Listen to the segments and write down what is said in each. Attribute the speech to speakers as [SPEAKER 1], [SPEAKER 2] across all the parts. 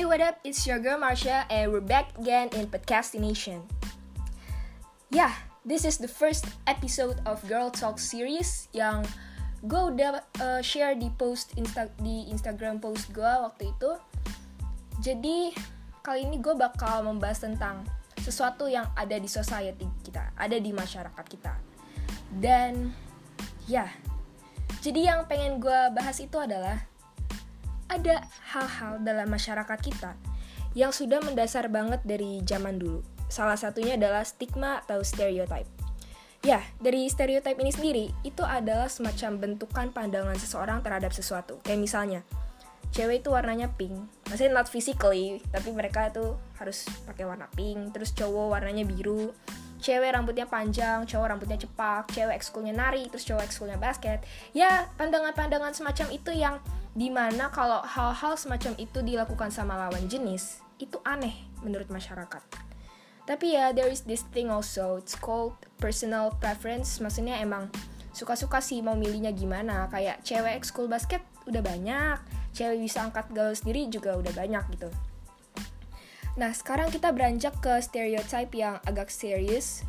[SPEAKER 1] what up? It's your girl Marsha and we're back again in Podcastination. Yeah, this is the first episode of Girl Talk series yang gue udah share di Instagram post gue waktu itu. Jadi kali ini gue bakal membahas tentang sesuatu yang ada di society kita, ada di masyarakat kita. Dan ya, jadi yang pengen gue bahas itu adalah ada hal-hal dalam masyarakat kita yang sudah mendasar banget dari zaman dulu. Salah satunya adalah stigma atau stereotype. Ya, dari stereotype ini sendiri, itu adalah semacam bentukan pandangan seseorang terhadap sesuatu. Kayak misalnya, cewek itu warnanya pink. Maksudnya not physically, tapi mereka tuh harus pakai warna pink. Terus cowok warnanya biru. Cewek rambutnya panjang, cowok rambutnya cepak. Cewek ekskulnya nari, terus cowok ekskulnya basket. Ya, pandangan-pandangan semacam itu yang dimana kalau hal-hal semacam itu dilakukan sama lawan jenis, itu aneh menurut masyarakat. Tapi ya, there is this thing also, it's called personal preference. Maksudnya emang suka-suka sih mau milihnya gimana. Kayak cewek ekskul basket udah banyak, cewek bisa angkat galon sendiri juga udah banyak gitu. Nah, sekarang kita beranjak ke stereotype yang agak serius.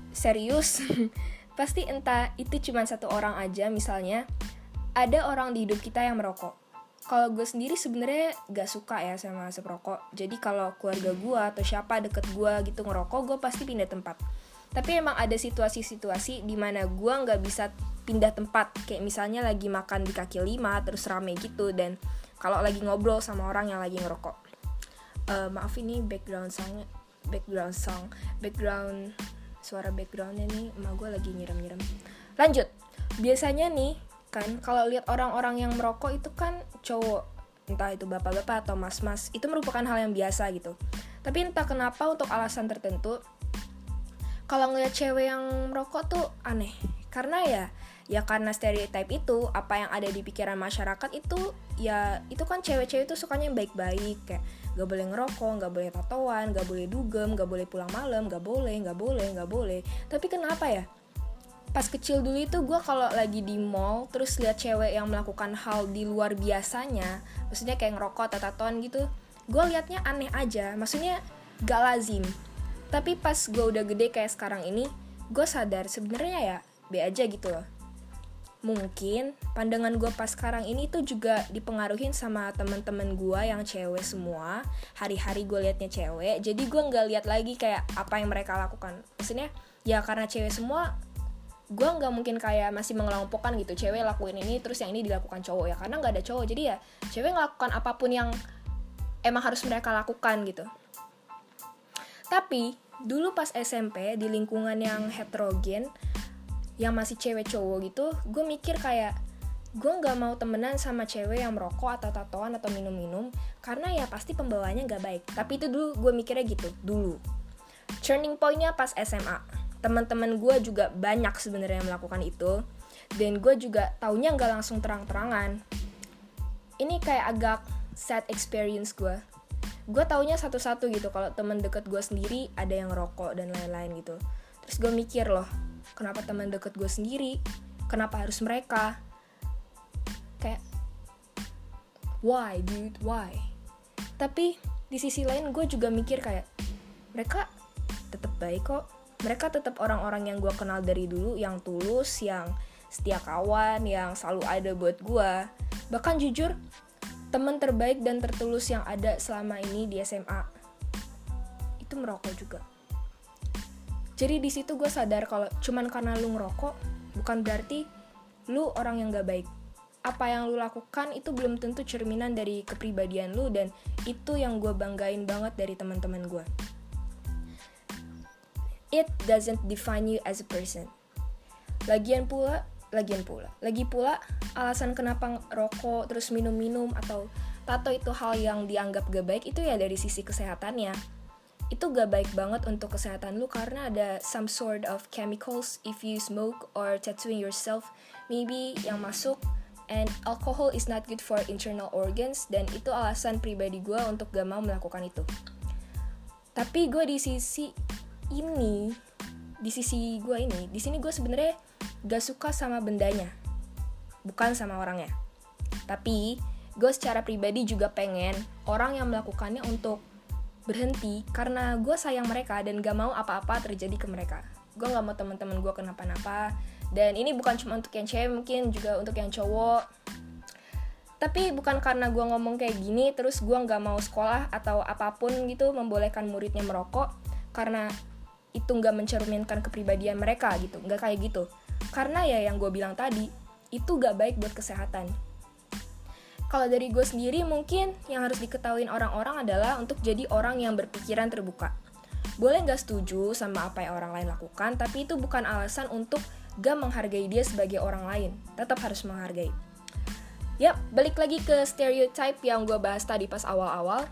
[SPEAKER 1] Pasti entah itu cuma satu orang aja, misalnya ada orang di hidup kita yang merokok. Kalau gue sendiri sebenarnya gak suka ya sama asap rokok. Jadi kalau keluarga gue atau siapa deket gue gitu ngerokok, gue pasti pindah tempat. Tapi emang ada situasi-situasi di mana gue gak bisa pindah tempat. Kayak misalnya lagi makan di kaki 5 terus rame gitu. Dan kalau lagi ngobrol sama orang yang lagi ngerokok. Maaf ini background suara backgroundnya nih, emak gue lagi nyiram-nyiram. Lanjut, biasanya nih kan kalau lihat orang-orang yang merokok itu kan cowok, entah itu bapak-bapak atau mas-mas, itu merupakan hal yang biasa gitu. Tapi entah kenapa untuk alasan tertentu kalau ngeliat cewek yang merokok tuh aneh. Karena ya karena stereotype itu, apa yang ada di pikiran masyarakat itu, ya itu kan cewek-cewek itu sukanya yang baik-baik, kayak gak boleh ngerokok, gak boleh tatoan, gak boleh dugem, gak boleh pulang malam, gak boleh. Tapi kenapa ya? Pas kecil dulu itu gue kalau lagi di mall terus lihat cewek yang melakukan hal di luar biasanya, maksudnya kayak ngerokok atau tatoan gitu, gue liatnya aneh aja, maksudnya gak lazim. Tapi pas gue udah gede kayak sekarang ini, gue sadar sebenarnya ya be aja gitu loh. Mungkin pandangan gue pas sekarang ini tuh juga dipengaruhin sama teman-teman gue yang cewek semua. Hari-hari gue liatnya cewek, jadi gue nggak lihat lagi kayak apa yang mereka lakukan. Maksudnya ya karena cewek semua, gue nggak mungkin kayak masih mengelompokkan gitu, cewek lakuin ini terus yang ini dilakukan cowok ya, karena nggak ada cowok. Jadi ya cewek ngelakukan apapun yang emang harus mereka lakukan gitu. Tapi dulu pas SMP di lingkungan yang heterogen, yang masih cewek cowok gitu, gue mikir kayak gue nggak mau temenan sama cewek yang merokok atau tatoan atau minum-minum, karena ya pasti pembawaannya nggak baik. Tapi itu dulu gue mikirnya gitu dulu. Turning point-nya pas SMA. Teman-teman gue juga banyak sebenarnya yang melakukan itu, dan gue juga taunya nggak langsung terang-terangan. Ini kayak agak sad experience gue. Gue taunya satu-satu gitu kalau teman deket gue sendiri ada yang ngerokok dan lain-lain gitu. Terus gue mikir loh, kenapa teman deket gue sendiri? Kenapa harus mereka? Kayak why dude, why? Tapi di sisi lain gue juga mikir kayak mereka tetap baik kok. Mereka tetap orang-orang yang gue kenal dari dulu, yang tulus, yang setia kawan, yang selalu ada buat gue. Bahkan jujur, teman terbaik dan tertulus yang ada selama ini di SMA itu merokok juga. Jadi di situ gue sadar kalau cuman karena lu ngerokok bukan berarti lu orang yang gak baik. Apa yang lu lakukan itu belum tentu cerminan dari kepribadian lu, dan itu yang gue banggain banget dari teman-teman gue. It doesn't define you as a person. Lagi pula, alasan kenapa rokok terus minum-minum atau tato itu hal yang dianggap gak baik itu ya dari sisi kesehatannya. Itu gak baik banget untuk kesehatan lu karena ada some sort of chemicals if you smoke or tattooing yourself maybe yang masuk, and alcohol is not good for internal organs, dan itu alasan pribadi gue untuk gak mau melakukan itu. Tapi gue di sini gue sebenarnya gak suka sama bendanya, bukan sama orangnya. Tapi gue secara pribadi juga pengen orang yang melakukannya untuk berhenti karena gue sayang mereka dan gak mau apa-apa terjadi ke mereka. Gue gak mau teman-teman gue kenapa-napa. Dan ini bukan cuma untuk yang cewek, mungkin juga untuk yang cowok. Tapi bukan karena gue ngomong kayak gini terus gue gak mau sekolah atau apapun gitu membolehkan muridnya merokok, karena itu gak mencerminkan kepribadian mereka gitu, gak kayak gitu. Karena ya yang gue bilang tadi, itu gak baik buat kesehatan. Kalau dari gue sendiri mungkin yang harus diketahuin orang-orang adalah untuk jadi orang yang berpikiran terbuka. Boleh gak setuju sama apa yang orang lain lakukan, tapi itu bukan alasan untuk gak menghargai dia sebagai orang lain. Tetap harus menghargai. Yap, balik lagi ke stereotype yang gue bahas tadi pas awal-awal.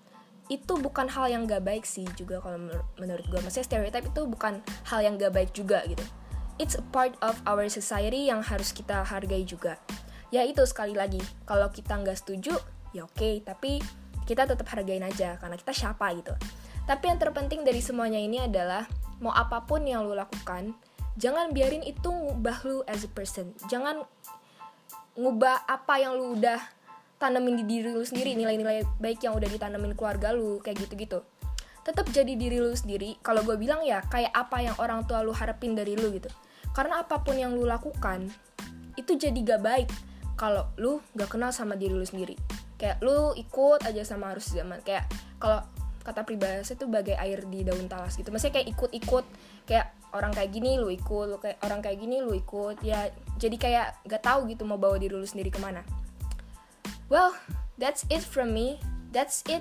[SPEAKER 1] Itu bukan hal yang gak baik sih juga kalau menurut gue. Maksudnya stereotype itu bukan hal yang gak baik juga gitu. It's a part of our society yang harus kita hargai juga. Ya itu sekali lagi, kalau kita gak setuju, ya oke, tapi kita tetap hargain aja karena kita siapa gitu. Tapi yang terpenting dari semuanya ini adalah mau apapun yang lu lakukan, jangan biarin itu ngubah lu as a person. Jangan ngubah apa yang lu udah tanemin di diri lu sendiri, nilai-nilai baik yang udah ditanemin keluarga lu, kayak gitu-gitu. Tetap jadi diri lu sendiri. Kalau gue bilang ya, kayak apa yang orang tua lu harapin dari lu gitu. Karena apapun yang lu lakukan, itu jadi gak baik kalau lu gak kenal sama diri lu sendiri. Kayak lu ikut aja sama arus zaman. Kayak kalau kata peribahasa itu bagai air di daun talas gitu. Maksudnya kayak ikut-ikut, kayak orang kayak gini lu ikut, lu kayak orang kayak gini lu ikut. Ya jadi kayak gak tahu gitu mau bawa diri lu sendiri kemana. Well, that's it from me. That's it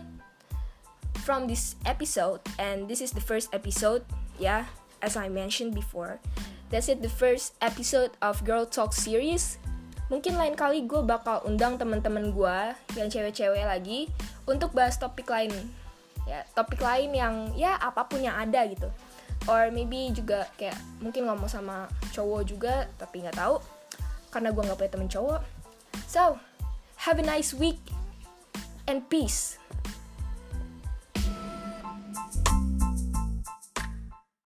[SPEAKER 1] from this episode. And this is the first episode, yeah, as I mentioned before. That's it, the first episode of Girl Talk series. Mungkin lain kali gue bakal undang teman-teman gue yang cewek-cewek lagi untuk bahas topik lain. Ya, topik lain yang ya apapun yang ada gitu. Or maybe juga kayak mungkin ngomong sama cowok juga, tapi gak tahu karena gue gak punya temen cowok. So, have a nice week and peace.